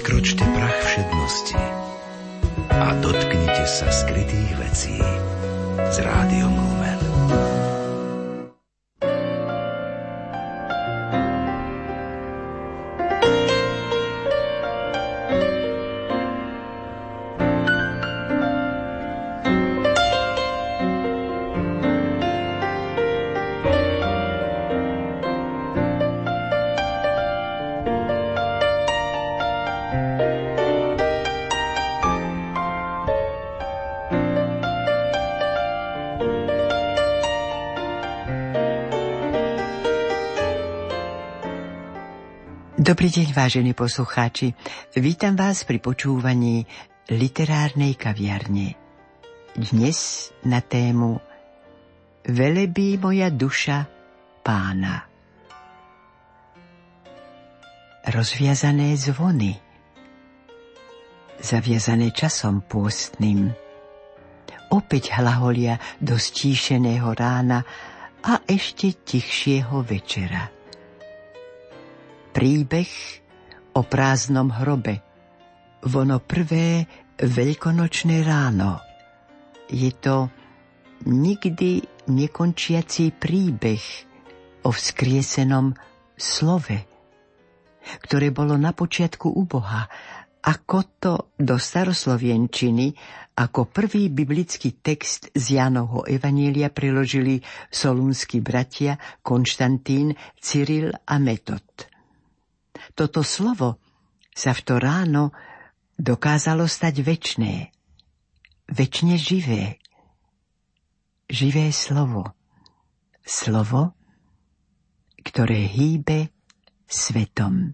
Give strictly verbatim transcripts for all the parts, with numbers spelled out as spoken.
Prekročte prach všednosti a dotknite sa skrytých vecí s Rádiom Lumen. Dobrý deň, vážení poslucháči. Vítam vás pri počúvaní literárnej kaviarne. Dnes na tému Velebí moja duša Pána. Rozviazané zvony, zaviazané časom pôstnym, opäť hlaholia do stíšeného rána a ešte tichšieho večera. Príbeh o prázdnom hrobe, vono prvé veľkonočné ráno. Je to nikdy nekončiaci príbeh o vzkriesenom slove, ktoré bolo na počiatku u Boha, ako to do staroslovienčiny ako prvý biblický text z Jánovho evanielia preložili solúnski bratia Konštantín, Cyril a Metod. Toto slovo sa v to ráno dokázalo stať večné, večne živé. Živé slovo. Slovo, ktoré hýbe svetom.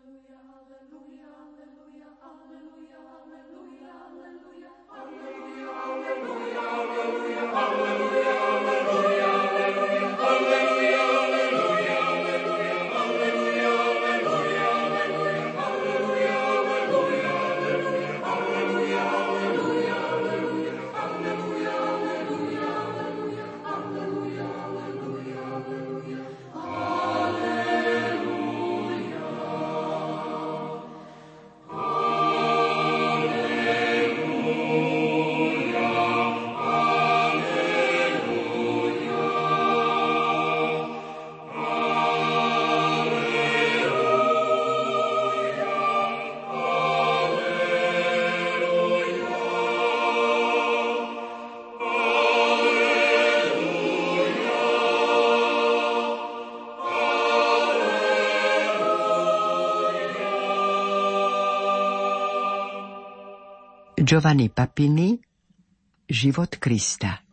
Giovanni Papini, Život Krista.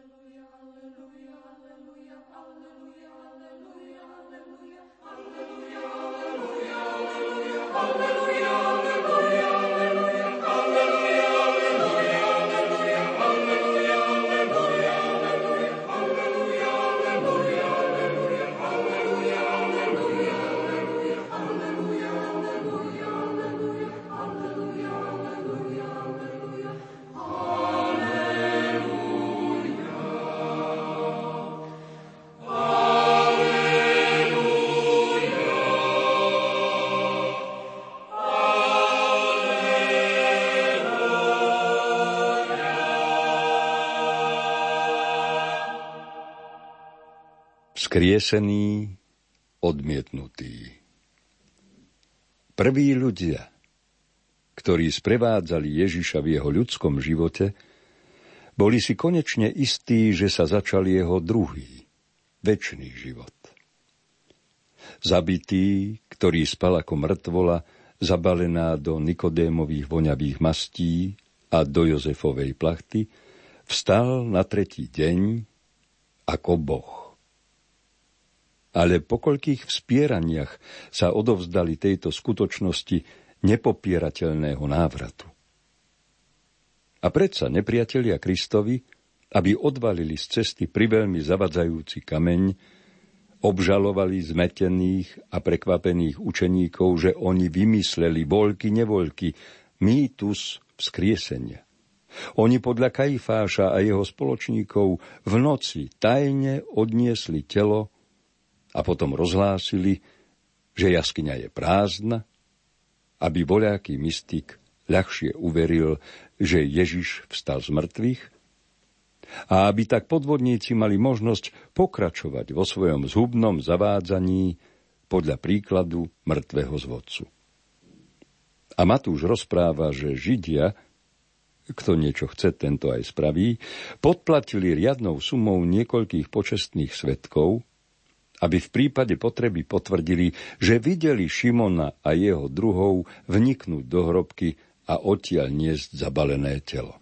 Vzkriesený, odmietnutý. Prví ľudia, ktorí sprevádzali Ježiša v jeho ľudskom živote, boli si konečne istí, že sa začal jeho druhý, večný život. Zabitý, ktorý spal ako mŕtvola, zabalená do Nikodémových voňavých mastí a do Jozefovej plachty, vstal na tretí deň ako Boh. Ale po koľkých vspieraniach sa odovzdali tejto skutočnosti nepopierateľného návratu. A predsa nepriatelia Kristovi, aby odvalili z cesty priveľmi zavadzajúci kameň, obžalovali zmetených a prekvapených učeníkov, že oni vymysleli voľky nevoľky, mýtus vzkriesenia. Oni podľa Kajfáša a jeho spoločníkov v noci tajne odniesli telo a potom rozhlásili, že jaskyňa je prázdna aby voľaký mystik ľahšie uveril, že Ježiš vstal z mŕtvych, a aby tak podvodníci mali možnosť pokračovať vo svojom zhubnom zavádzaní podľa príkladu mŕtvého zvodcu. A Matúš rozpráva, že Židia, kto niečo chce, tento aj spraví, podplatili riadnou sumou niekoľkých počestných svedkov, aby v prípade potreby potvrdili, že videli Šimona a jeho druhov vniknúť do hrobky a odtiaľ niesť zabalené telo.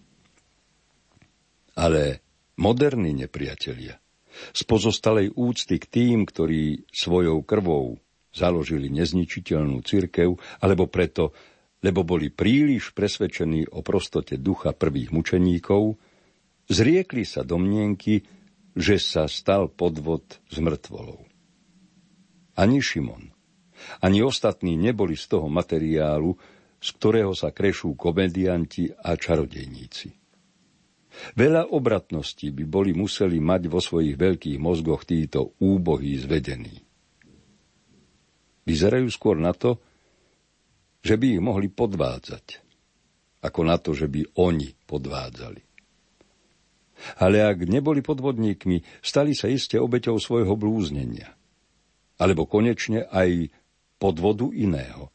Ale moderní nepriatelia, z pozostalej úcty k tým, ktorí svojou krvou založili nezničiteľnú cirkev, alebo preto, lebo boli príliš presvedčení o prostote ducha prvých mučeníkov, zriekli sa domnienky, že sa stal podvod s mŕtvolou. Ani Šimon, ani ostatní neboli z toho materiálu, z ktorého sa krešú komedianti a čarodejníci. Veľa obratností by boli museli mať vo svojich veľkých mozgoch títo úbohí zvedení. Vyzerajú skôr na to, že by ich mohli podvádzať, ako na to, že by oni podvádzali. Ale ak neboli podvodníkmi, stali sa iste obeťou svojho blúznenia, alebo konečne aj podvodu iného.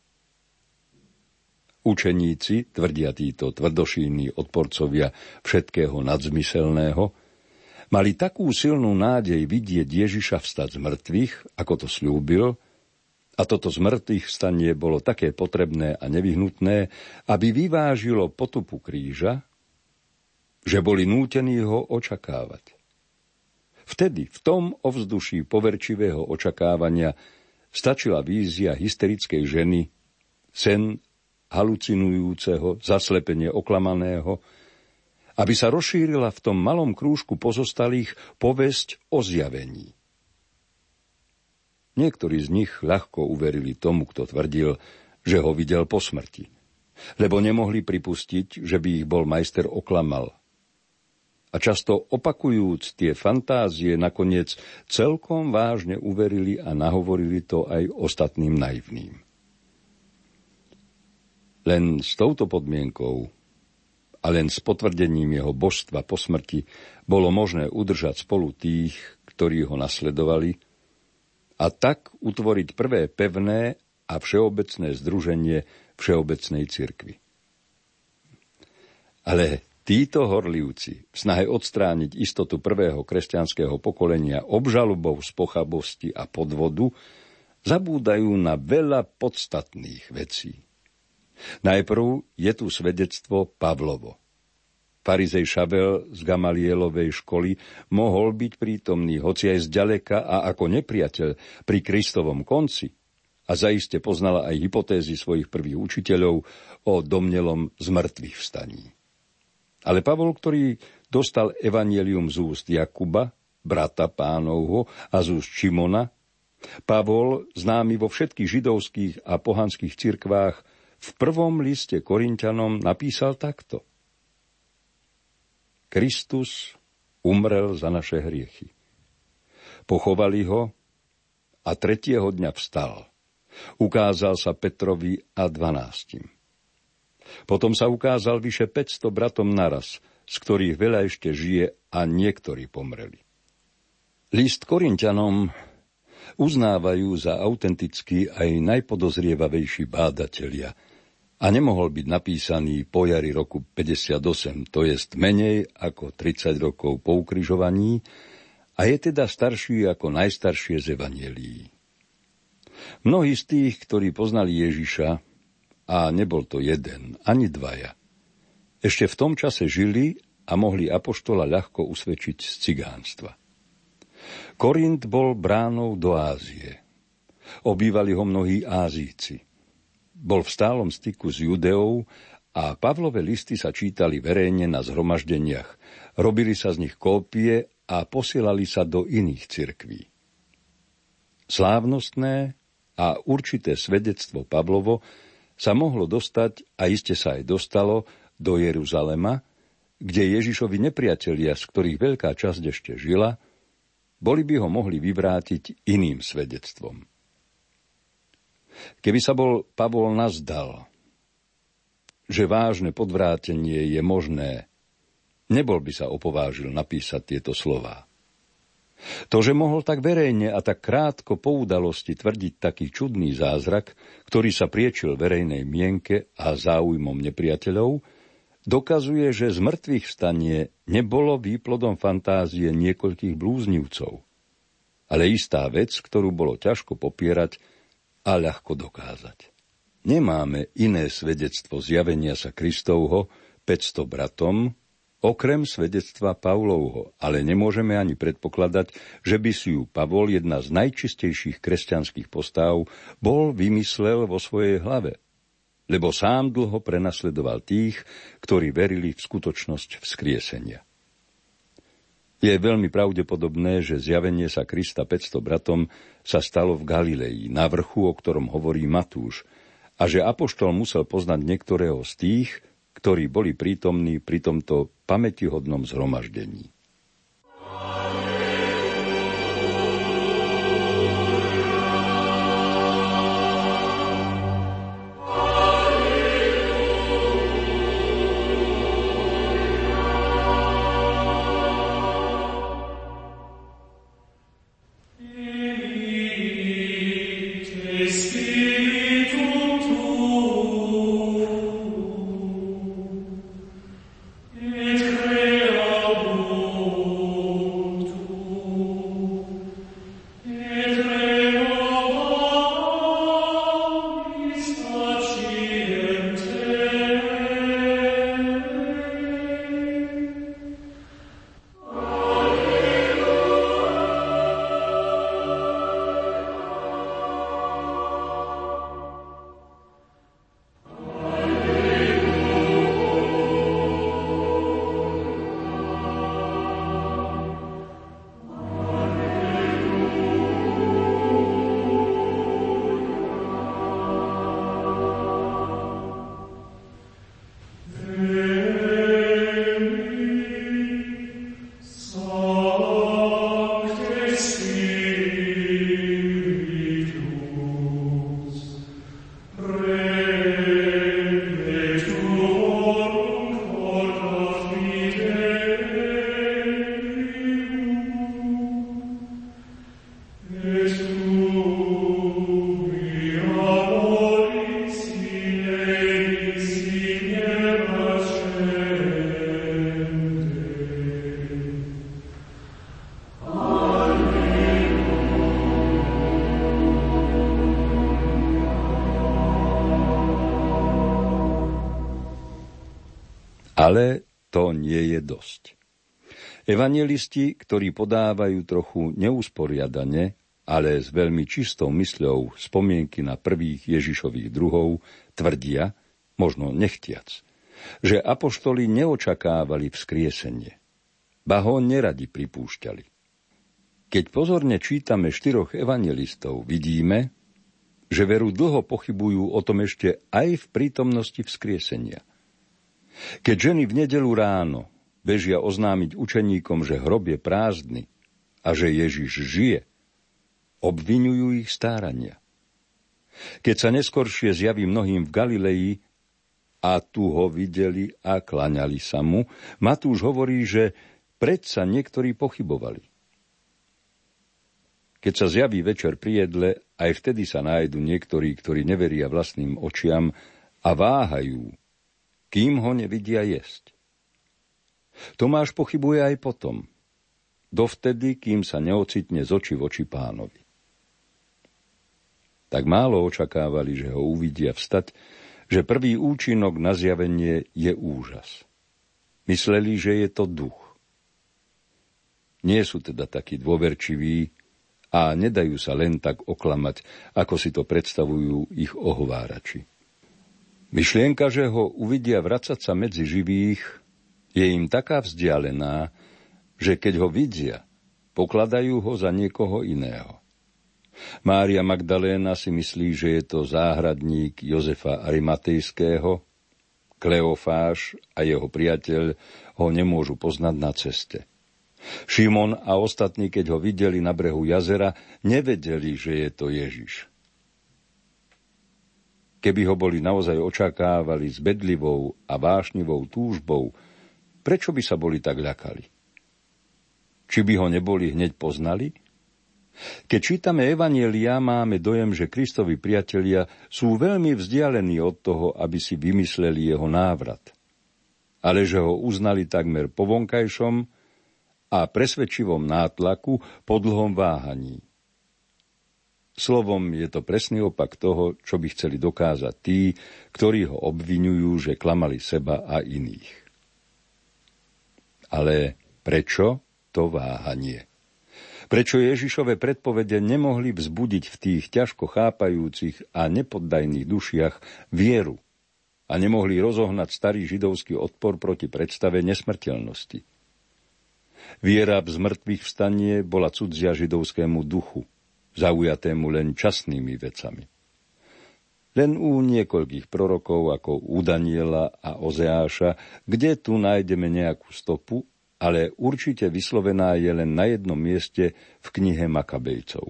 Učeníci, tvrdia títo tvrdošíjni odporcovia všetkého nadzmyselného, mali takú silnú nádej vidieť Ježiša vstať z mŕtvych, ako to sľúbil, a toto z mŕtvych vstanie bolo také potrebné a nevyhnutné, aby vyvážilo potupu kríža, že boli nútení ho očakávať. Vtedy, v tom ovzduší poverčivého očakávania, stačila vízia hysterickej ženy, sen halucinujúceho, zaslepenie oklamaného, aby sa rozšírila v tom malom krúžku pozostalých povesť o zjavení. Niektorí z nich ľahko uverili tomu, kto tvrdil, že ho videl po smrti, lebo nemohli pripustiť, že by ich bol majster oklamal. A často opakujúc tie fantázie, nakoniec celkom vážne uverili a nahovorili to aj ostatným naivným. Len s touto podmienkou a len s potvrdením jeho božstva po smrti bolo možné udržať spolu tých, ktorí ho nasledovali, a tak utvoriť prvé pevné a všeobecné združenie Všeobecnej cirkvi. Ale títo horlivci v snahe odstrániť istotu prvého kresťanského pokolenia obžalobou z pochabosti a podvodu zabúdajú na veľa podstatných vecí. Najprv je tu svedectvo Pavlovo. Farizej Šavel z Gamalielovej školy mohol byť prítomný, hoci aj zďaleka a ako nepriateľ pri Kristovom konci, a zaiste poznala aj hypotézy svojich prvých učiteľov o domnelom zmrtvých vstaní. Ale Pavol, ktorý dostal evanjelium z úst Jakuba, brata Pánovho, a z úst Šimona, Pavol, známy vo všetkých židovských a pohanských cirkvách, v prvom liste Korinťanom napísal takto: Kristus umrel za naše hriechy. Pochovali ho a tretieho dňa vstal. Ukázal sa Petrovi a dvanástim. Potom sa ukázal vyše päťsto bratom naraz, z ktorých veľa ešte žije a niektorí pomreli. List Korinťanom uznávajú za autentický aj najpodozrievavejší bádatelia a nemohol byť napísaný po jari roku päťdesiatosem, to jest menej ako tridsať rokov po ukrižovaní, a je teda starší ako najstaršie z evanjelií. Mnohí z tých, ktorí poznali Ježiša, a nebol to jeden, ani dvaja, ešte v tom čase žili a mohli apoštola ľahko usvedčiť z cigánstva. Korint bol bránou do Ázie. Obývali ho mnohí Ázíci. Bol v stálom styku s Judeou a Pavlove listy sa čítali verejne na zhromaždeniach. Robili sa z nich kópie a posielali sa do iných cirkví. Slávnostné a určité svedectvo Pavlovo sa mohlo dostať, a iste sa aj dostalo, do Jeruzalema, kde Ježišovi nepriatelia, z ktorých veľká časť ešte žila, boli by ho mohli vyvrátiť iným svedectvom. Keby sa bol Pavol nazdal že vážne podvrátenie je možné, nebol by sa opovážil napísať tieto slová. To, že mohol tak verejne a tak krátko po udalosti tvrdiť taký čudný zázrak, ktorý sa priečil verejnej mienke a záujmom nepriateľov, dokazuje, že z mŕtvych vstanie nebolo výplodom fantázie niekoľkých blúznivcov, ale istá vec, ktorú bolo ťažko popierať a ľahko dokázať. Nemáme iné svedectvo zjavenia sa Kristovho päťsto bratom, okrem svedectva Pavlovho, ale nemôžeme ani predpokladať, že by si ju Pavol, jedna z najčistejších kresťanských postáv, bol vymyslel vo svojej hlave, lebo sám dlho prenasledoval tých, ktorí verili v skutočnosť vzkriesenia. Je veľmi pravdepodobné, že zjavenie sa Krista päťsto bratom sa stalo v Galilei, na vrchu, o ktorom hovorí Matúš, a že apoštol musel poznať niektorého z tých, ktorí boli prítomní pri tomto pamätihodnom zhromaždení. Ale to nie je dosť. Evanjelisti, ktorí podávajú trochu neusporiadane, ale s veľmi čistou mysľou spomienky na prvých Ježišových druhov, tvrdia, možno nechtiac, že apoštoli neočakávali vzkriesenie, ba ho neradi pripúšťali. Keď pozorne čítame štyroch evanjelistov, vidíme, že veru dlho pochybujú o tom ešte aj v prítomnosti vzkriesenia. Keď ženy v nedeľu ráno bežia oznámiť učeníkom, že hrob je prázdny a že Ježiš žije, obviňujú ich stárania. Keď sa neskoršie zjaví mnohým v Galilei a tu ho videli a klaňali sa mu, Matúš hovorí, že predsa niektorí pochybovali. Keď sa zjaví večer pri jedle, aj vtedy sa nájdu niektorí, ktorí neveria vlastným očiam a váhajú, kým ho nevidia jesť. Tomáš pochybuje aj potom, dovtedy, kým sa neocitne z očí v oči Pánovi. Tak málo očakávali, že ho uvidia vstať, že prvý účinok na zjavenie je úžas. Mysleli, že je to duch. Nie sú teda takí dôverčiví a nedajú sa len tak oklamať, ako si to predstavujú ich ohovárači. Myšlienka, že ho uvidia vracať sa medzi živých, je im taká vzdialená, že keď ho vidia, pokladajú ho za niekoho iného. Mária Magdaléna si myslí, že je to záhradník Jozefa Arimatejského, Kleofáš a jeho priateľ ho nemôžu poznať na ceste. Šimon a ostatní, keď ho videli na brehu jazera, nevedeli, že je to Ježiš. Keby ho boli naozaj očakávali s bedlivou a vášnivou túžbou, prečo by sa boli tak ľakali? Či by ho neboli hneď poznali? Keď čítame evanjelia, máme dojem, že Kristovi priatelia sú veľmi vzdialení od toho, aby si vymysleli jeho návrat, ale že ho uznali takmer po vonkajšom a presvedčivom nátlaku po dlhom váhaní. Slovom, je to presný opak toho, čo by chceli dokázať tí, ktorí ho obviňujú, že klamali seba a iných. Ale prečo to váhanie? Prečo Ježišove predpovede nemohli vzbudiť v tých ťažko chápajúcich a nepoddajných dušiach vieru a nemohli rozohnať starý židovský odpor proti predstave nesmrteľnosti? Viera v zmrtvých vstanie bola cudzia židovskému duchu, zaujatému len časnými vecami. Len u niekoľkých prorokov, ako u Daniela a Ozeáša, kde tu nájdeme nejakú stopu, ale určite vyslovená je len na jednom mieste v knihe Makabejcov.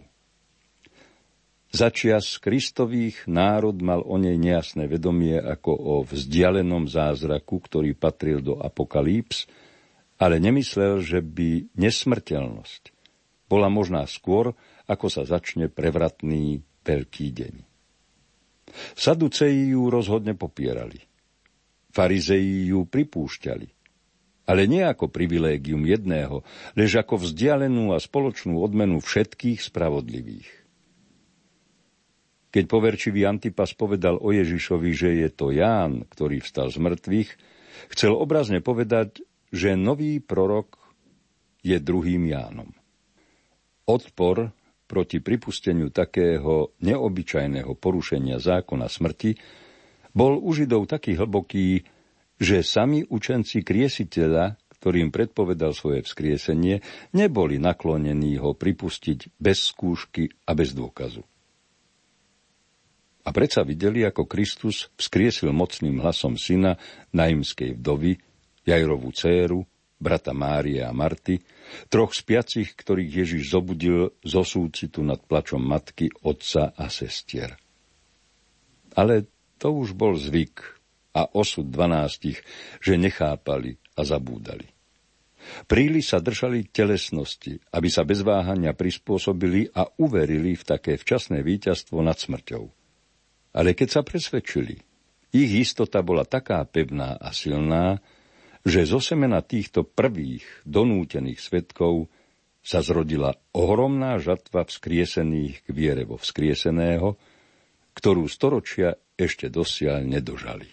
Začias Kristových národ mal o nej nejasné vedomie ako o vzdialenom zázraku, ktorý patril do Apokalíps, ale nemyslel, že by nesmrteľnosť bola možná skôr, ako sa začne prevratný veľký deň. Saduceji ju rozhodne popierali. Farizeji ju pripúšťali, ale nie ako privilégium jedného, lež ako vzdialenú a spoločnú odmenu všetkých spravodlivých. Keď poverčivý Antipas povedal o Ježišovi, že je to Ján, ktorý vstal z mŕtvych, chcel obrazne povedať, že nový prorok je druhým Jánom. Odpor proti pripusteniu takého neobyčajného porušenia zákona smrti bol u Židov taký hlboký, že sami učenci kriesiteľa, ktorým predpovedal svoje vzkriesenie, neboli naklonení ho pripustiť bez skúšky a bez dôkazu. A predsa videli, ako Kristus vzkriesil mocným hlasom syna naimskej vdovy, Jairovú dcéru, brata Márie a Marty, troch spiacich, ktorých Ježiš zobudil zo súcitu nad plačom matky, otca a sestier. Ale to už bol zvyk a osud dvanástich, že nechápali a zabúdali. Príliš sa držali telesnosti, aby sa bez váhania prispôsobili a uverili v také včasné víťazstvo nad smrťou. Ale keď sa presvedčili, ich istota bola taká pevná a silná, že zo semena týchto prvých donútených svedkov sa zrodila ohromná žatva vzkriesených k viere vo vzkrieseného, ktorú storočia ešte dosiaľ nedožali.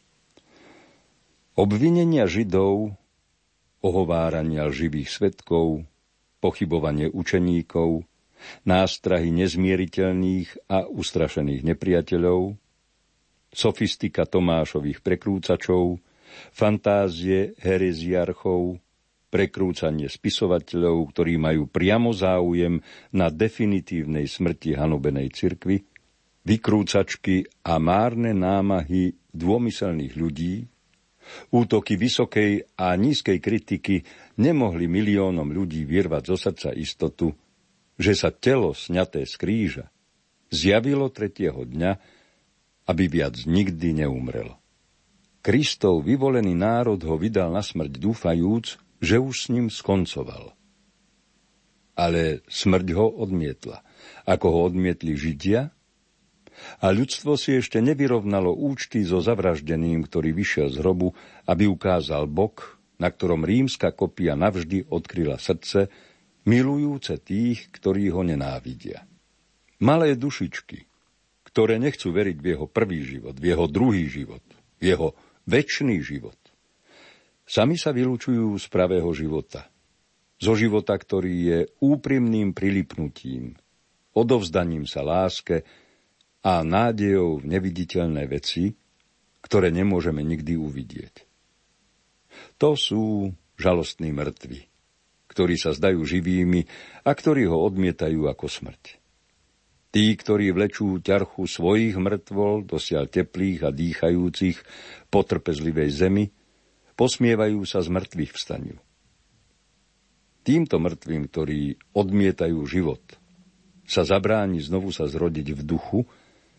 Obvinenia Židov, ohovárania živých svedkov, pochybovanie učeníkov, nástrahy nezmieriteľných a ustrašených nepriateľov, sofistika Tomášových prekrúcačov, fantázie hereziarchov, prekrúcanie spisovateľov, ktorí majú priamo záujem na definitívnej smrti hanobenej cirkvi, vykrúcačky a márne námahy dômyselných ľudí, útoky vysokej a nízkej kritiky nemohli miliónom ľudí vyrvať zo srdca istotu, že sa telo sňaté z kríža zjavilo tretieho dňa, aby viac nikdy neumrelo. Kristov vyvolený národ ho vydal na smrť dúfajúc, že už s ním skoncoval. Ale smrť ho odmietla, ako ho odmietli Židia, a ľudstvo si ešte nevyrovnalo účty so zavraždeným, ktorý vyšiel z hrobu, aby ukázal bok, na ktorom rímska kopia navždy odkryla srdce, milujúce tých, ktorí ho nenávidia. Malé dušičky, ktoré nechcú veriť v jeho prvý život, v jeho druhý život, v jeho večný život. Sami sa vylúčujú z pravého života. Zo života, ktorý je úprimným prilipnutím, odovzdaním sa láske a nádejou v neviditeľné veci, ktoré nemôžeme nikdy uvidieť. To sú žalostní mŕtvi, ktorí sa zdajú živými a ktorí ho odmietajú ako smrť. Tí, ktorí vlečú ťarchu svojich mŕtvol, dosiaľ teplých a dýchajúcich po trpezlivej zemi, posmievajú sa z mŕtvych vstaniu. Týmto mŕtvým, ktorí odmietajú život, sa zabráni znovu sa zrodiť v duchu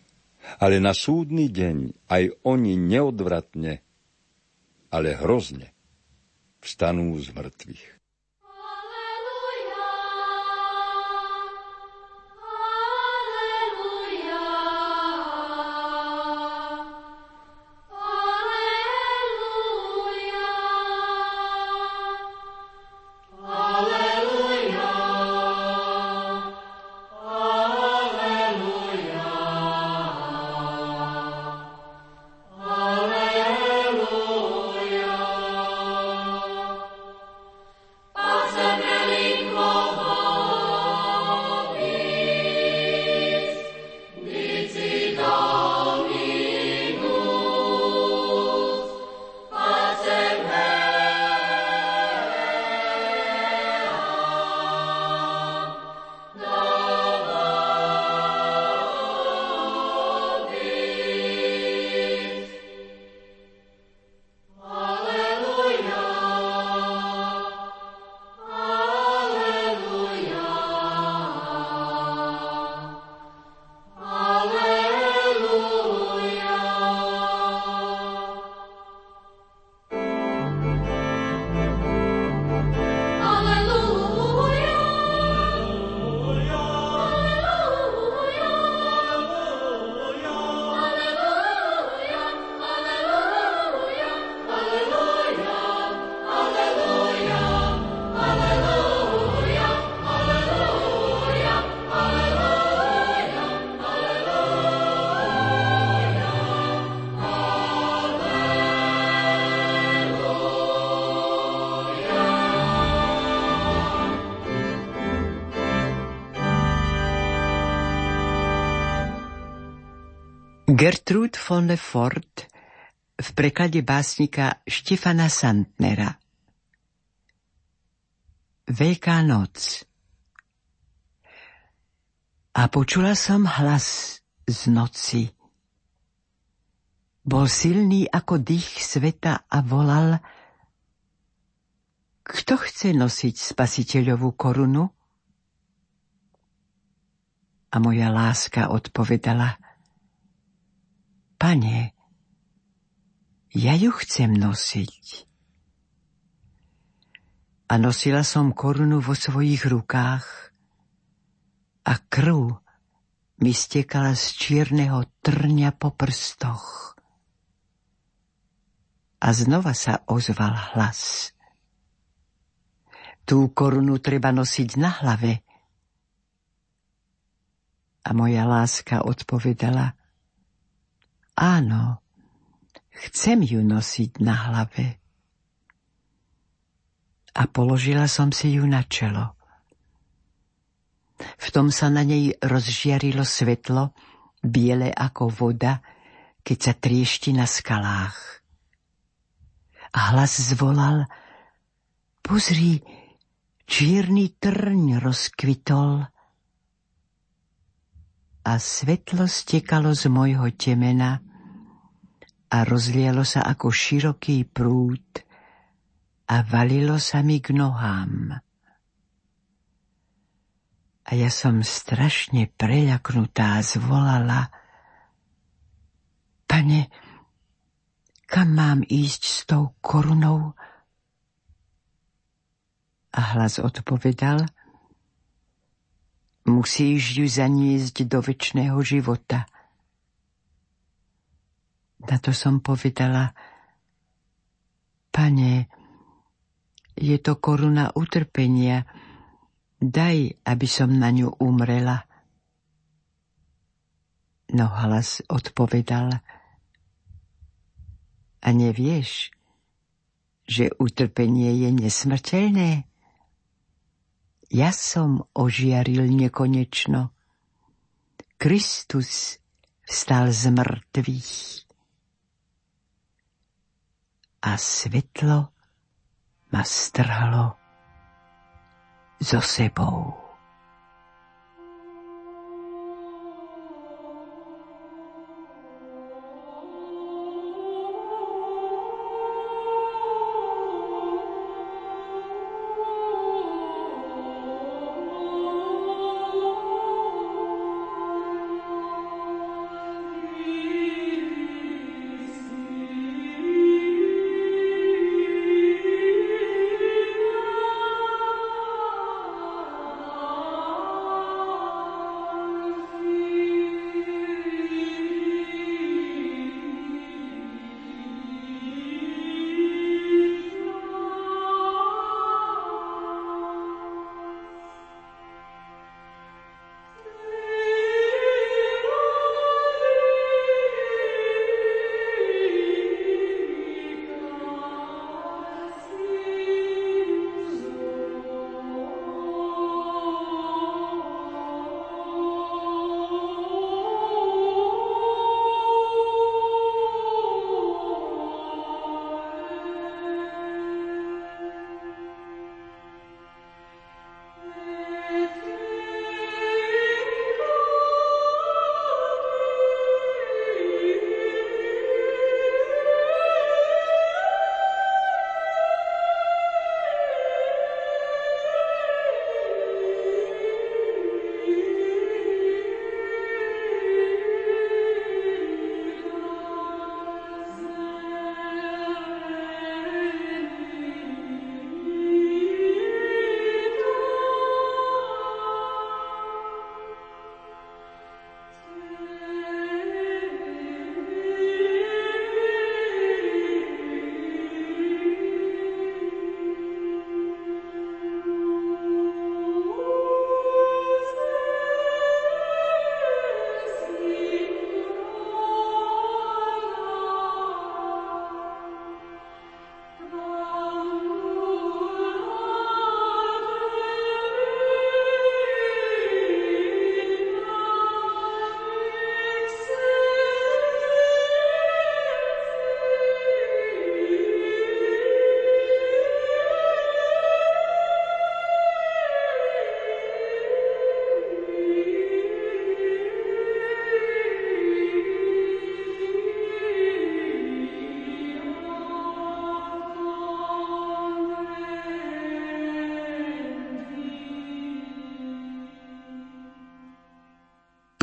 Ale na súdny deň aj oni neodvratne, ale hrozne vstanú z mŕtvych. Gertrud von le Fort v preklade básnika Štefana Santnera. Veľká noc. A počula som hlas z noci. Bol silný ako dých sveta a volal: Kto chce nosiť spasiteľovú korunu? A moja láska odpovedala: Pane, ja ju chcem nosiť. A nosila som korunu vo svojich rukách a krv mi stekala z čierneho trňa po prstoch. A znova sa ozval hlas: Tú korunu treba nosiť na hlave. A moja láska odpovedala: Áno, chcem ju nosiť na hlave. A položila som si ju na čelo. V tom sa na nej rozžiarilo svetlo, biele ako voda, keď sa triešti na skalách. A hlas zvolal: Pozri, čierny trň rozkvitol. A svetlo stekalo z mojho temena a rozlialo sa ako široký prúd a valilo sa mi k nohám. A ja som strašne preľaknutá zvolala: Pane, kam mám ísť s tou korunou? A hlas odpovedal: Musíš ju zaniesť do večného života. Na to som povedala: Pane, je to koruna utrpenia, daj, aby som na ňu umrela. No hlas odpovedal: A nevieš, že utrpenie je nesmrteľné? Ja som ožiaril nekonečno. Kristus vstal z mŕtvych. A svetlo ma strhlo so sebou.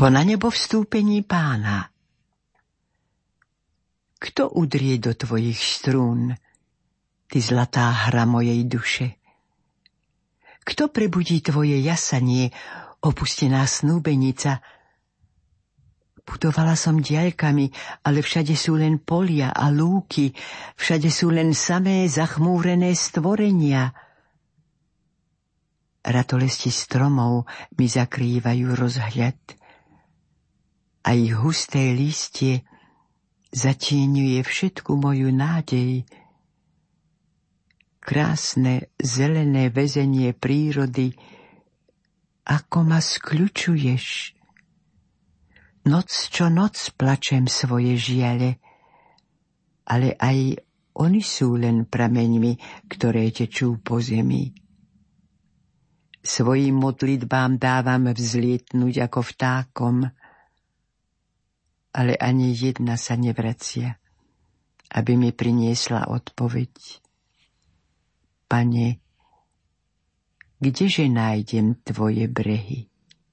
po na nebo vstúpení Pána. Kto udrie do tvojich strún, ty zlatá hra mojej duše? Kto prebudí tvoje jasanie, opustená snúbenica? Putovala som diaľkami, ale všade sú len polia a lúky, všade sú len samé zachmúrené stvorenia. Ratolesti stromov mi zakrývajú rozhľad a ich husté lístie zatieňuje všetku moju nádej. Krásne zelené väzenie prírody, ako ma skľučuješ. Noc čo noc plačem svoje žiale, ale aj oni sú len prameňmi, ktoré tečú po zemi. Svojim modlitbám dávam vzlietnúť ako vtákom, ale ani jedna sa nevracia, aby mi priniesla odpoveď. Pane, kdeže nájdem tvoje brehy?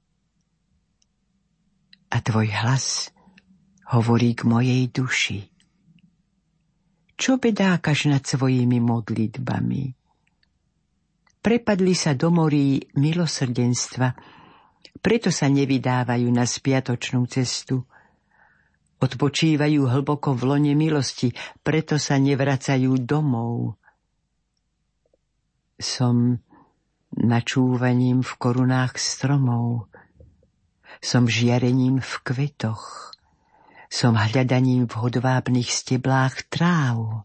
A tvoj hlas hovorí k mojej duši. Čo bedákaš nad svojimi modlitbami? Prepadli sa do morí milosrdenstva, preto sa nevydávajú na spiatočnú cestu. Odpočívajú hlboko v lone milosti, preto sa nevracajú domov. Som načúvaním v korunách stromov, som žiarením v kvetoch, som hľadaním v hodvábnych steblách tráv,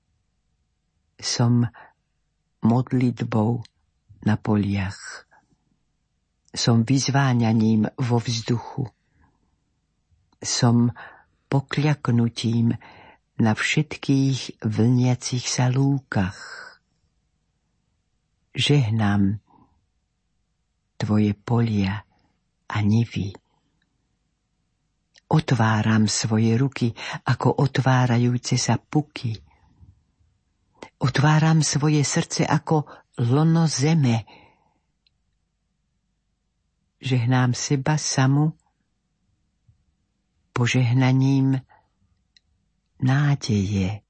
som modlitbou na poliach, som vyzváňaním vo vzduchu, som pokľaknutím na všetkých vlniacich sa lúkach. Žehnám tvoje polia a nivy. Otváram svoje ruky ako otvárajúce sa puky. Otváram svoje srdce ako lono zeme. Žehnám seba samu požehnaním nádeje.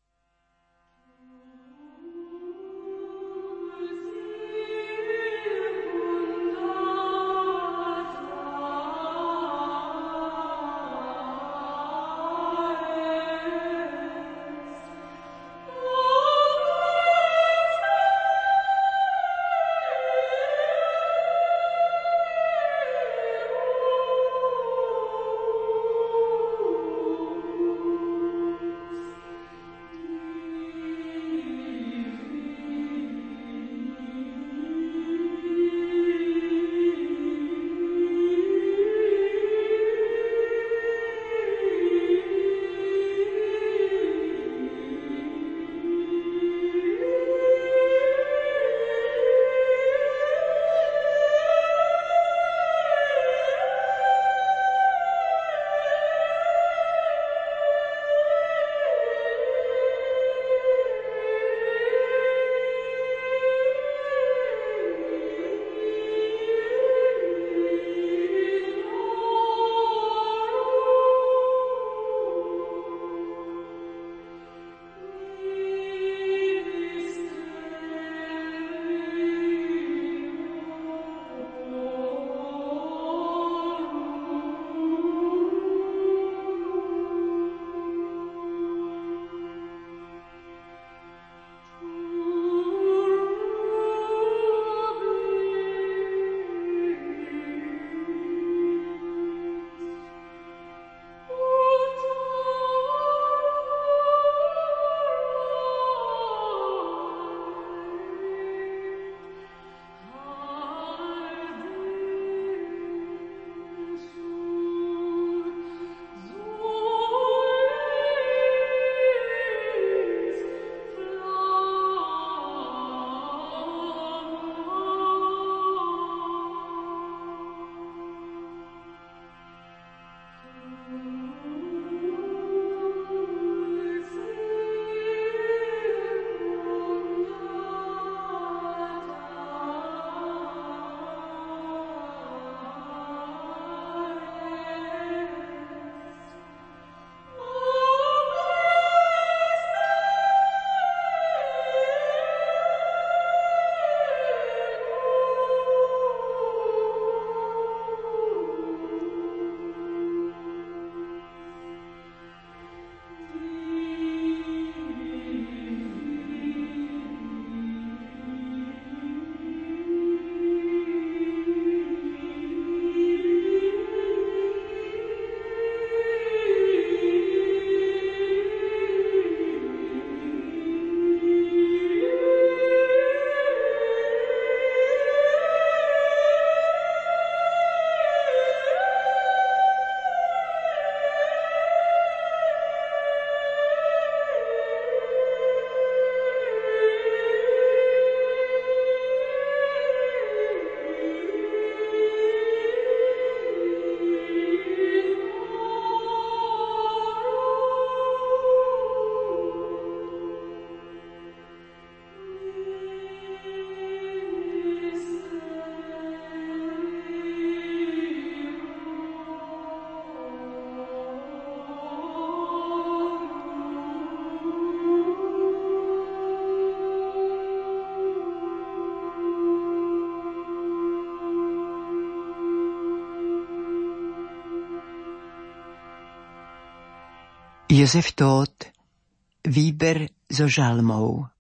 Jozef Tóth, výber zo žalmov.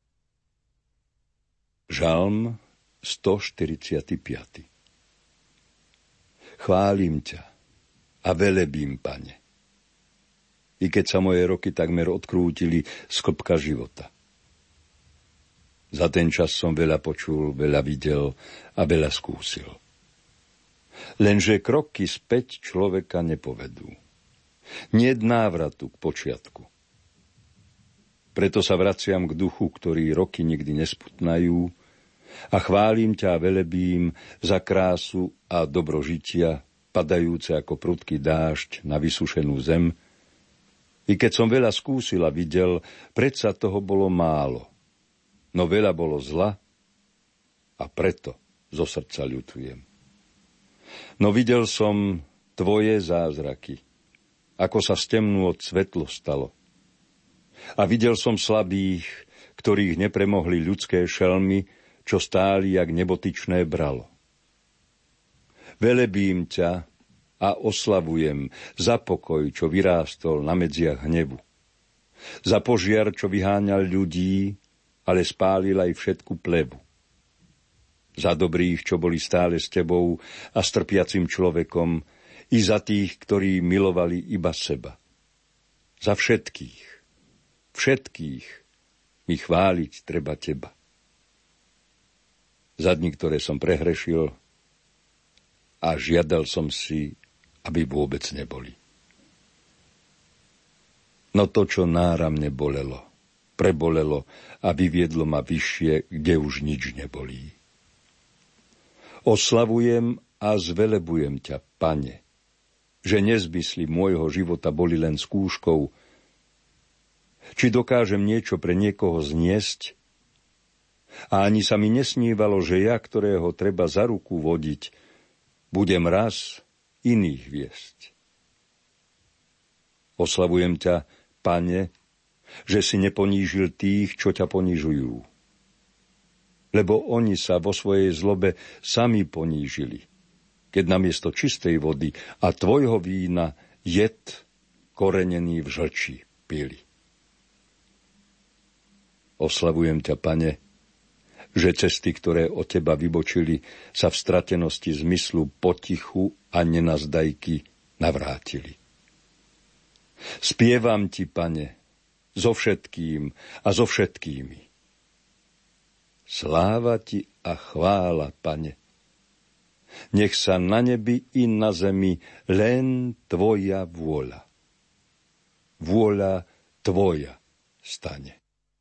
Žalm stoštyridsaťpäť. Chválim ťa a velebím, Pane. I keď sa moje roky takmer odkrútili z klbka života. Za ten čas som veľa počul, veľa videl a veľa skúsil. Lenže kroky späť človeka nepovedú. Niet návratu k počiatku. Preto sa vraciam k duchu, ktorý roky nikdy nesputnajú, a chválim ťa a velebím za krásu a dobro žitia, padajúce ako prudký dážď na vysušenú zem. I keď som veľa skúsil a videl, predsa toho bolo málo. No veľa bolo zla a preto zo srdca ľutujem. No videl som tvoje zázraky, ako sa z temnôt svetlo stalo. A videl som slabých, ktorých nepremohli ľudské šelmy, čo stáli jak nebotyčné bralo. Velebím ťa a oslavujem za pokoj, čo vyrástol na medziach hnevu. Za požiar, čo vyháňal ľudí, ale spálil aj všetku plevu. Za dobrých, čo boli stále s tebou a s trpiacim človekom, i za tých, ktorí milovali iba seba. Za všetkých, všetkých mi chváliť treba teba. Za dni, ktoré som prehrešil a žiadal som si, aby vôbec neboli. No to, čo náramne bolelo, prebolelo a vyviedlo ma vyššie, kde už nič nebolí. Oslavujem a zvelebujem ťa, Pane, že nezmysly môjho života boli len skúškou. Či dokážem niečo pre niekoho zniesť? A ani sa mi nesnívalo, že ja, ktorého treba za ruku vodiť, budem raz iných viesť. Oslavujem ťa, Pane, že si neponížil tých, čo ťa ponižujú. Lebo oni sa vo svojej zlobe sami ponížili, keď namiesto čistej vody a tvojho vína jed korenený v žlči pili. Oslavujem ťa, Pane, že cesty, ktoré od teba vybočili, sa v stratenosti zmyslu potichu a nenazdajky navrátili. Spievam ti, Pane, so všetkým a so všetkými. Sláva ti a chvála, Pane. Nech sa na nebi i na zemi len tvoja vôľa. Vôľa tvoja stane.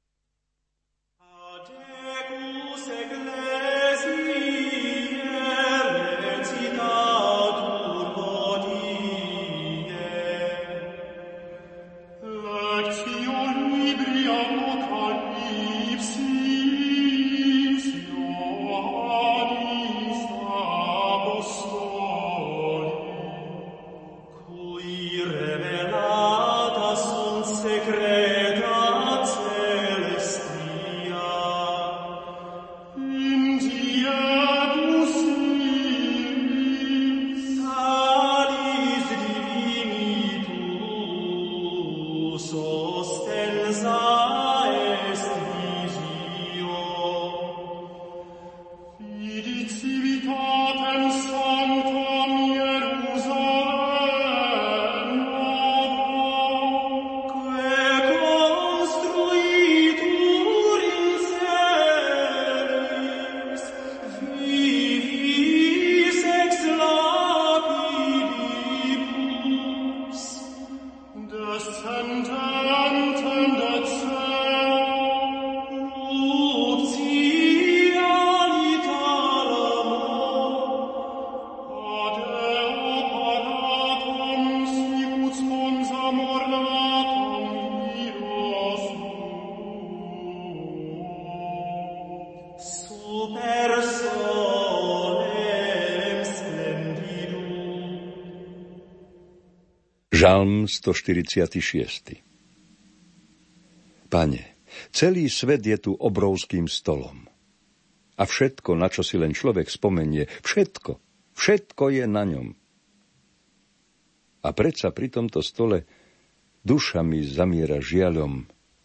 Žalm stoštyridsaťšesť. Pane, celý svet je tu obrovským stolom. A všetko, na čo si len človek spomenie, všetko, všetko je na ňom. A predsa pri tomto stole Duša mi zamiera žiaľom,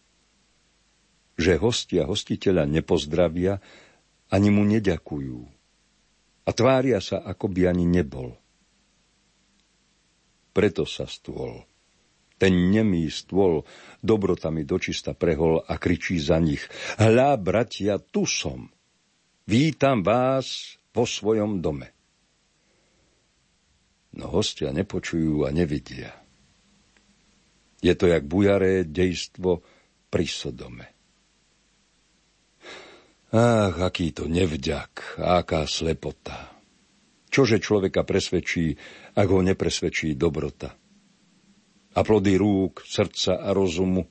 že hostia hostiteľa nepozdravia ani mu neďakujú a tvária sa, ako by ani nebol. Preto sa stôl, ten nemý stôl, dobrotami dočista prehol a kričí za nich: Hľa, bratia, tu som, vítam vás vo svojom dome. No hostia nepočujú a nevidia. Je to jak bujaré dejstvo pri Sodome. Ach, aký to nevďak, aká slepota. Čože človeka presvedčí, ak ho nepresvedčí dobrota? A plody rúk, srdca a rozumu.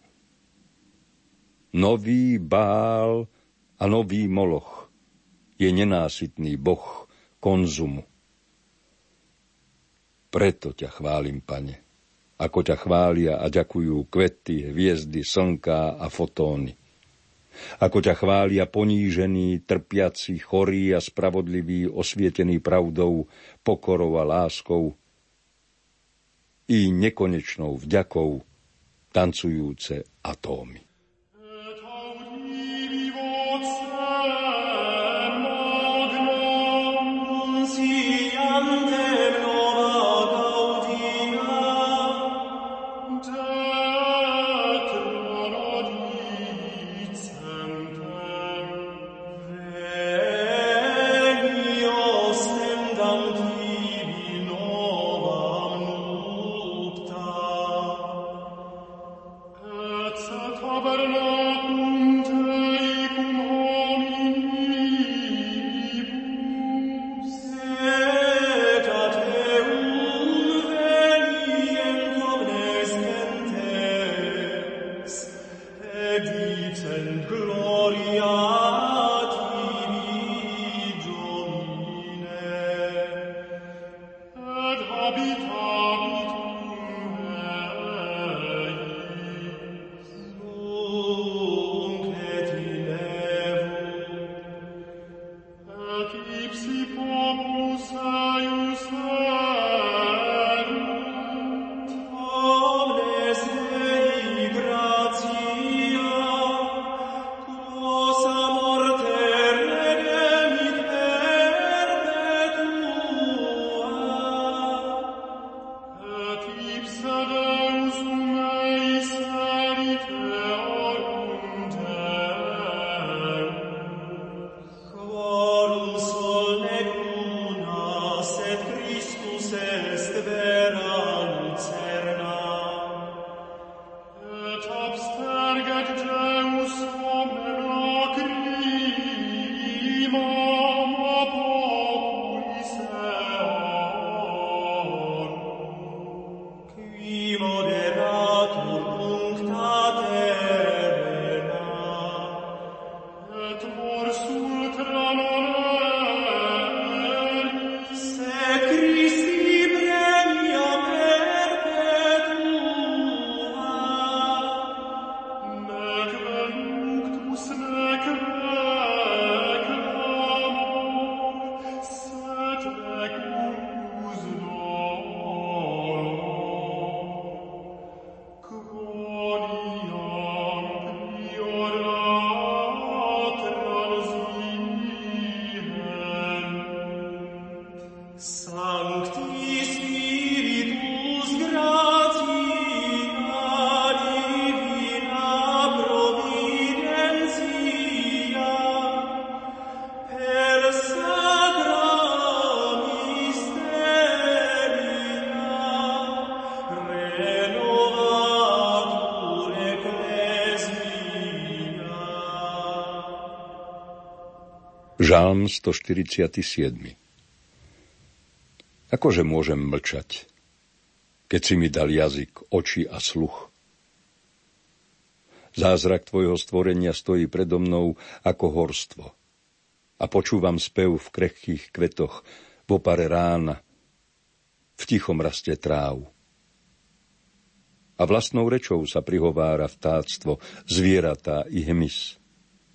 Nový Bál a nový Moloch je nenásytný boh konzumu. Preto ťa chválim, Pane, ako ťa chvália a ďakujú kvety, hviezdy, slnka a fotóny. Ako ťa chvália ponížení, trpiaci, chorí a spravodliví, osvietení pravdou, pokorou a láskou i nekonečnou vďakou tancujúce atómy. Žalm stoštyridsaťsedem. Akože môžem mlčať, keď si mi dal jazyk, oči a sluch? Zázrak tvojho stvorenia stojí predo mnou ako horstvo a počúvam spev v krehkých kvetoch, v opare rána, v tichom raste tráv. A vlastnou rečou sa prihovára vtáctvo, zvieratá i hmyz.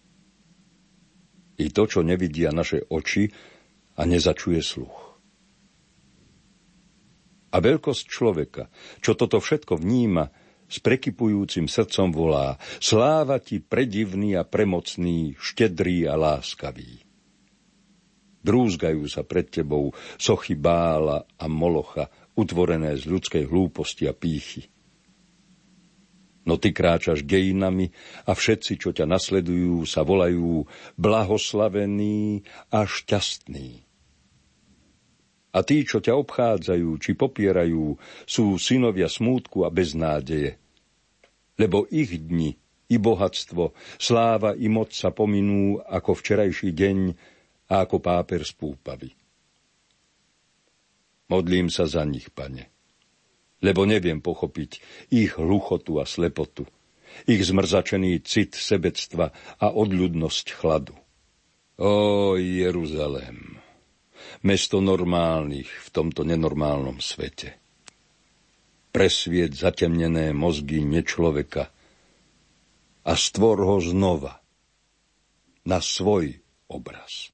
I to, čo nevidia naše oči a nezačuje sluch. A veľkosť človeka, čo toto všetko vníma, s prekypujúcim srdcom volá: Sláva ti, predivný a premocný, štedrý a láskavý. Drúzgajú sa pred tebou sochy Bála a Molocha, utvorené z ľudskej hlúposti a pýchy. No ty kráčaš dejinami a všetci, čo ťa nasledujú, sa volajú blahoslavený a šťastný. A tí, čo ťa obchádzajú či popierajú, sú synovia smútku a beznádeje. Lebo ich dni i bohatstvo, sláva i moc sa pominú ako včerajší deň a ako páper z púpavy. Modlím sa za nich, Pane, lebo neviem pochopiť ich hluchotu a slepotu, ich zmrzačený cit sebectva a odľudnosť chladu. Ó, Jeruzalém, mesto normálnych v tomto nenormálnom svete. Presviet zatemnené mozgy nečloveka a stvor ho znova na svoj obraz.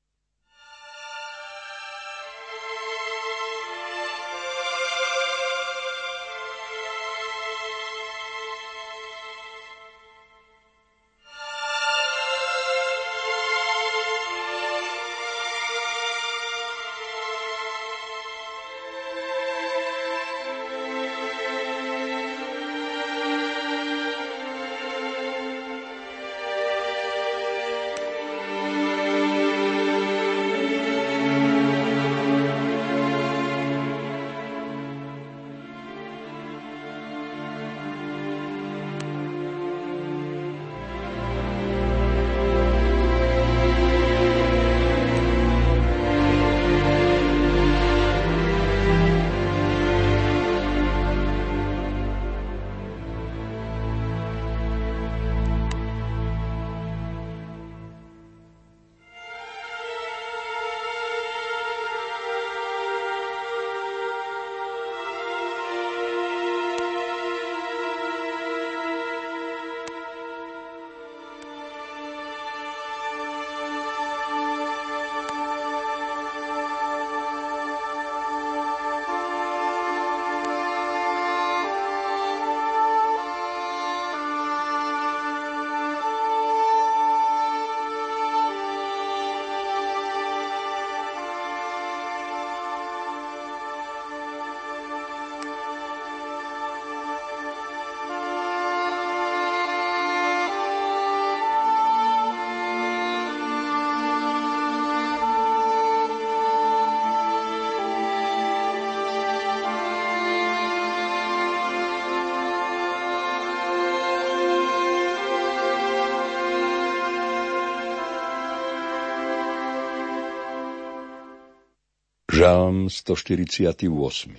Žalm stoštyridsaťosem.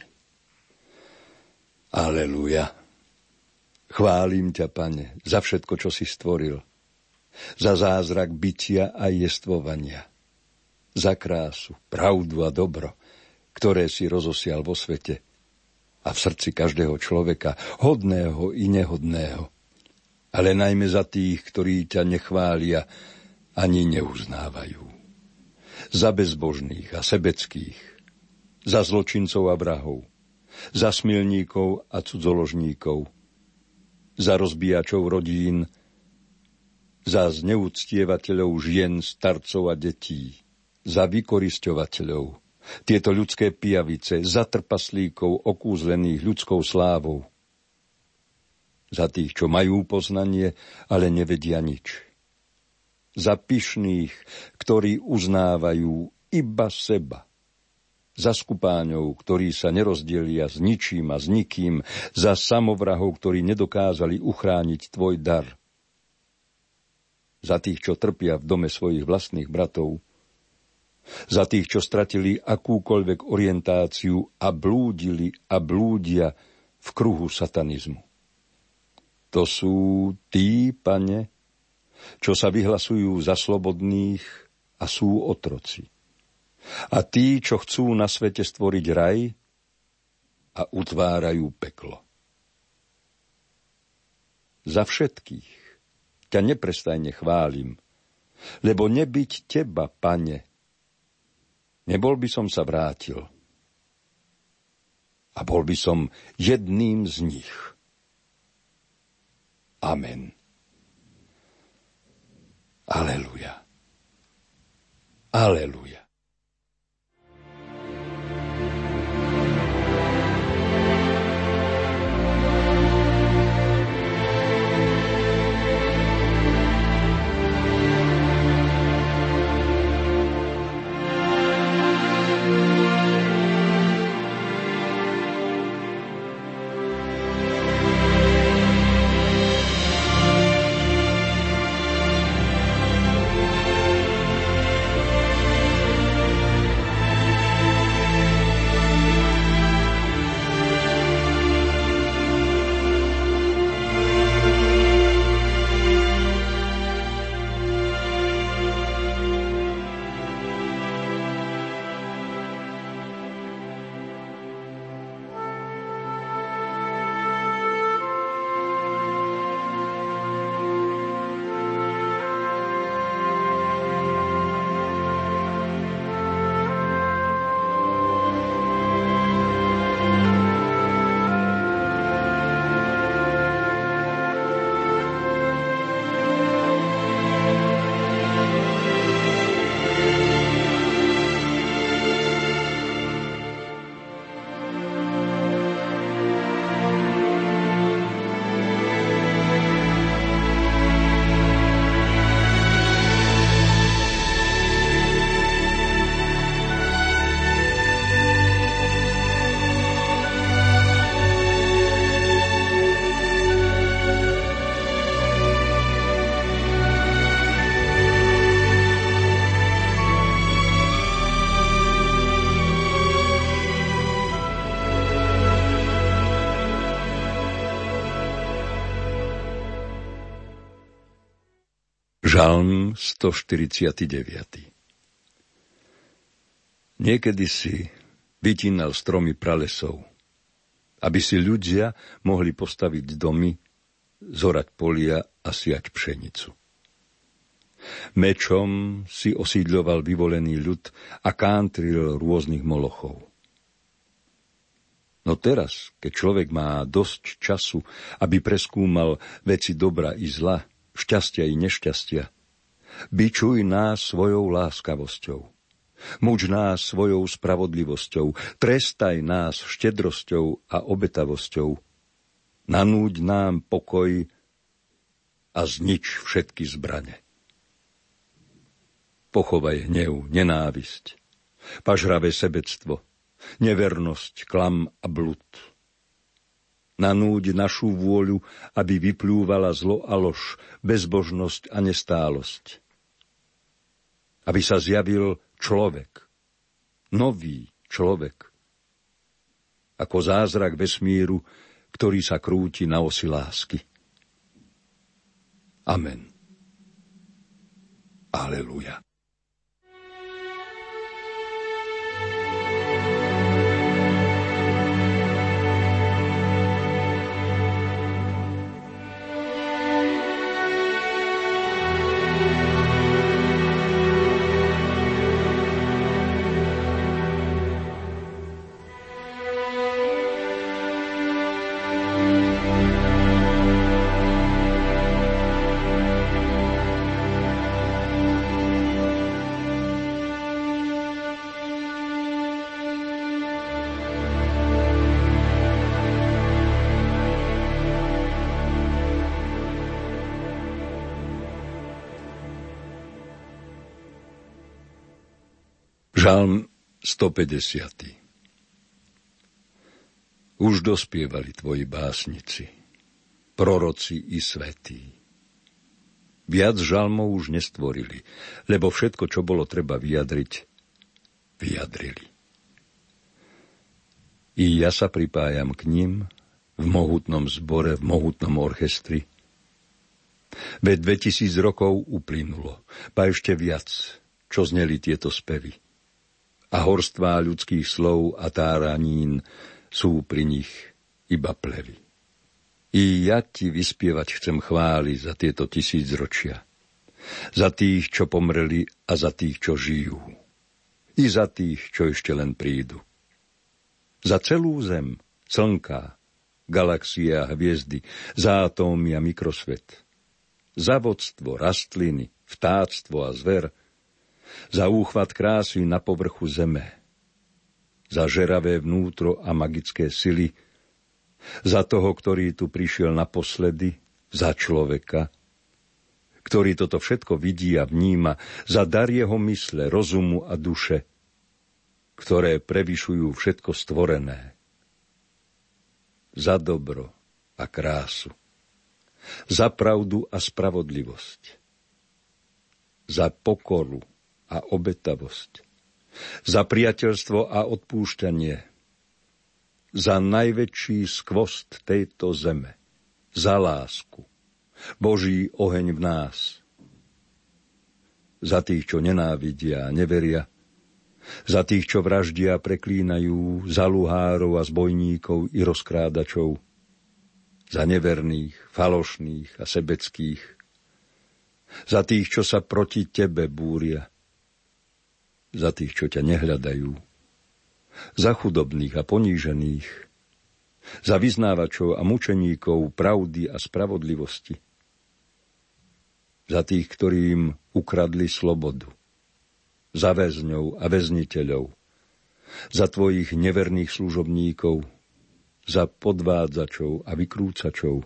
Aleluja. Chválim ťa, Pane, za všetko, čo si stvoril. Za zázrak bytia a jestvovania. Za krásu, pravdu a dobro, ktoré si rozosial vo svete a v srdci každého človeka, hodného i nehodného. Ale najmä za tých, ktorí ťa nechvália ani neuznávajú. Za bezbožných a sebeckých, za zločincov a vrahov, za smilníkov a cudzoložníkov, za rozbíjačov rodín, za zneúctievateľov žien, starcov a detí, za vykorisťovateľov, tieto ľudské pijavice, za trpaslíkov okúzlených ľudskou slávou, za tých, čo majú poznanie, ale nevedia nič, za pyšných, ktorí uznávajú iba seba, za skupáňov, ktorí sa nerozdelia s ničím a s nikým, za samovrahov, ktorí nedokázali uchrániť tvoj dar, za tých, čo trpia v dome svojich vlastných bratov, za tých, čo stratili akúkoľvek orientáciu a blúdili a blúdia v kruhu satanizmu. To sú tí, Pane, čo sa vyhlasujú za slobodných a sú otroci. A tí, čo chcú na svete stvoriť raj a utvárajú peklo. Za všetkých ťa neprestajne chválim, lebo nebyť teba, Pane, nebol by som sa vrátil a bol by som jedným z nich. Amen. Aleluja. Aleluja. Žalm stoštyridsaťdeväť. Niekedy si vytínal stromy pralesov, aby si ľudia mohli postaviť domy, zorať polia a siať pšenicu. Mečom si osídľoval vyvolený ľud a kántril rôznych molochov. No teraz, keď človek má dosť času, aby preskúmal veci dobra i zla, šťastia i nešťastia, bičuj nás svojou láskavosťou. Muč nás svojou spravodlivosťou, trestaj nás štedrosťou a obetavosťou. Nanúď nám pokoj a znič všetky zbrane. Pochovaj hnev, nenávisť, pažravé sebectvo, nevernosť, klam a blud. Nanúď našu vôľu, aby vyplúvala zlo a lož, bezbožnosť a nestálosť. Aby sa zjavil človek, nový človek, ako zázrak vesmíru, ktorý sa krúti na osi lásky. Amen. Aleluja. Žalm stopäťdesiat. Už dospievali tvoji básnici, proroci i svätí. Viac žalmov už nestvorili, lebo všetko, čo bolo treba vyjadriť, vyjadrili. I ja sa pripájam k nim v mohutnom zbore, v mohutnom orchestri. Veď dvetisíc rokov uplynulo, pa ešte viac, čo zneli tieto spevy. A horstvá ľudských slov a táranín sú pri nich iba plevy. I ja ti vyspievať chcem chvály za tieto tisícročia. Za tých, čo pomreli a za tých, čo žijú. I za tých, čo ešte len prídu. Za celú zem, slnká, galaxie a hviezdy, za atómy a mikrosvet, za vodstvo, rastliny, vtáctvo a zver, za úchvat krásy na povrchu zeme, za žeravé vnútro a magické sily, za toho, ktorý tu prišiel naposledy, za človeka, ktorý toto všetko vidí a vníma, za dar jeho mysle, rozumu a duše, ktoré prevyšujú všetko stvorené, za dobro a krásu, za pravdu a spravodlivosť, za pokoru a obetavosť, za priateľstvo a odpúšťanie, za najväčší skvost tejto zeme, za lásku, Boží oheň v nás, za tých, čo nenávidia a neveria, za tých, čo vraždia a preklínajú, za luhárov a zbojníkov i rozkrádačov, za neverných, falošných a sebeckých, za tých, čo sa proti tebe búria, za tých, čo ťa nehľadajú, za chudobných a ponížených, za vyznávačov a mučeníkov pravdy a spravodlivosti, za tých, ktorým ukradli slobodu, za väzňov a väzniteľov, za tvojich neverných služobníkov, za podvádzačov a vykrúcačov,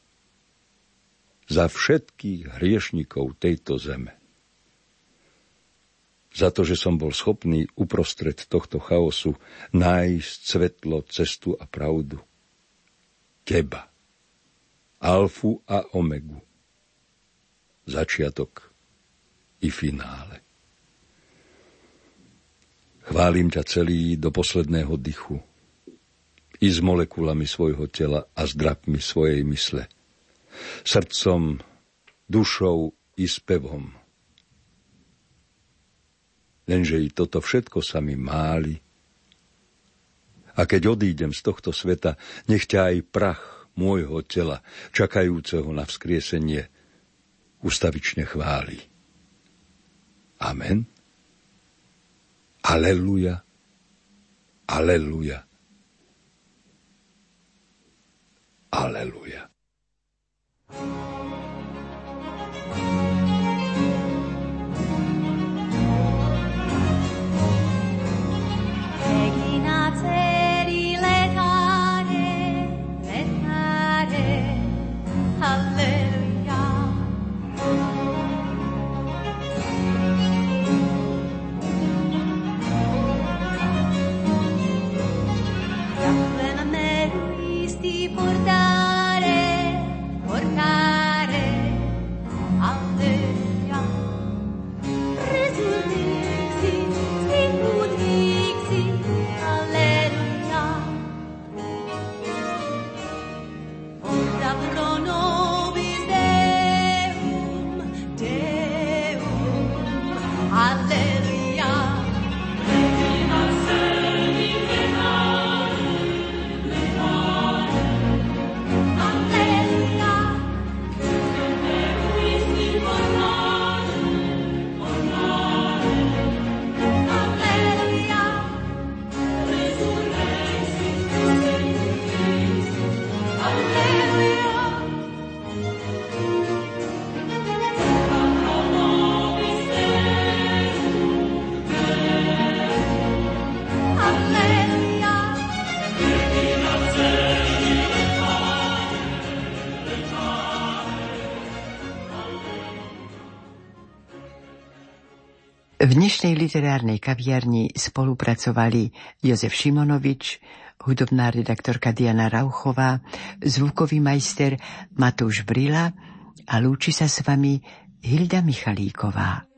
za všetkých hriešnikov tejto zeme. Za to, že som bol schopný uprostred tohto chaosu nájsť svetlo, cestu a pravdu. Teba, alfu a omegu, začiatok i finále. Chválim ťa celý do posledného dychu, i s molekulami svojho tela a s drapmi svojej mysle, srdcom, dušou i spevom. Lenže i toto všetko sa mi máli. A keď odídem z tohto sveta, nech ťa aj prach môjho tela, čakajúceho na vzkriesenie, ustavične chváli. Amen. Aleluja. Aleluja. Aleluja. V dnešnej literárnej kaviarni spolupracovali Jozef Šimonovič, hudobná redaktorka Diana Rauchová, zvukový majster Matúš Brila a lúči sa s vami Hilda Michalíková.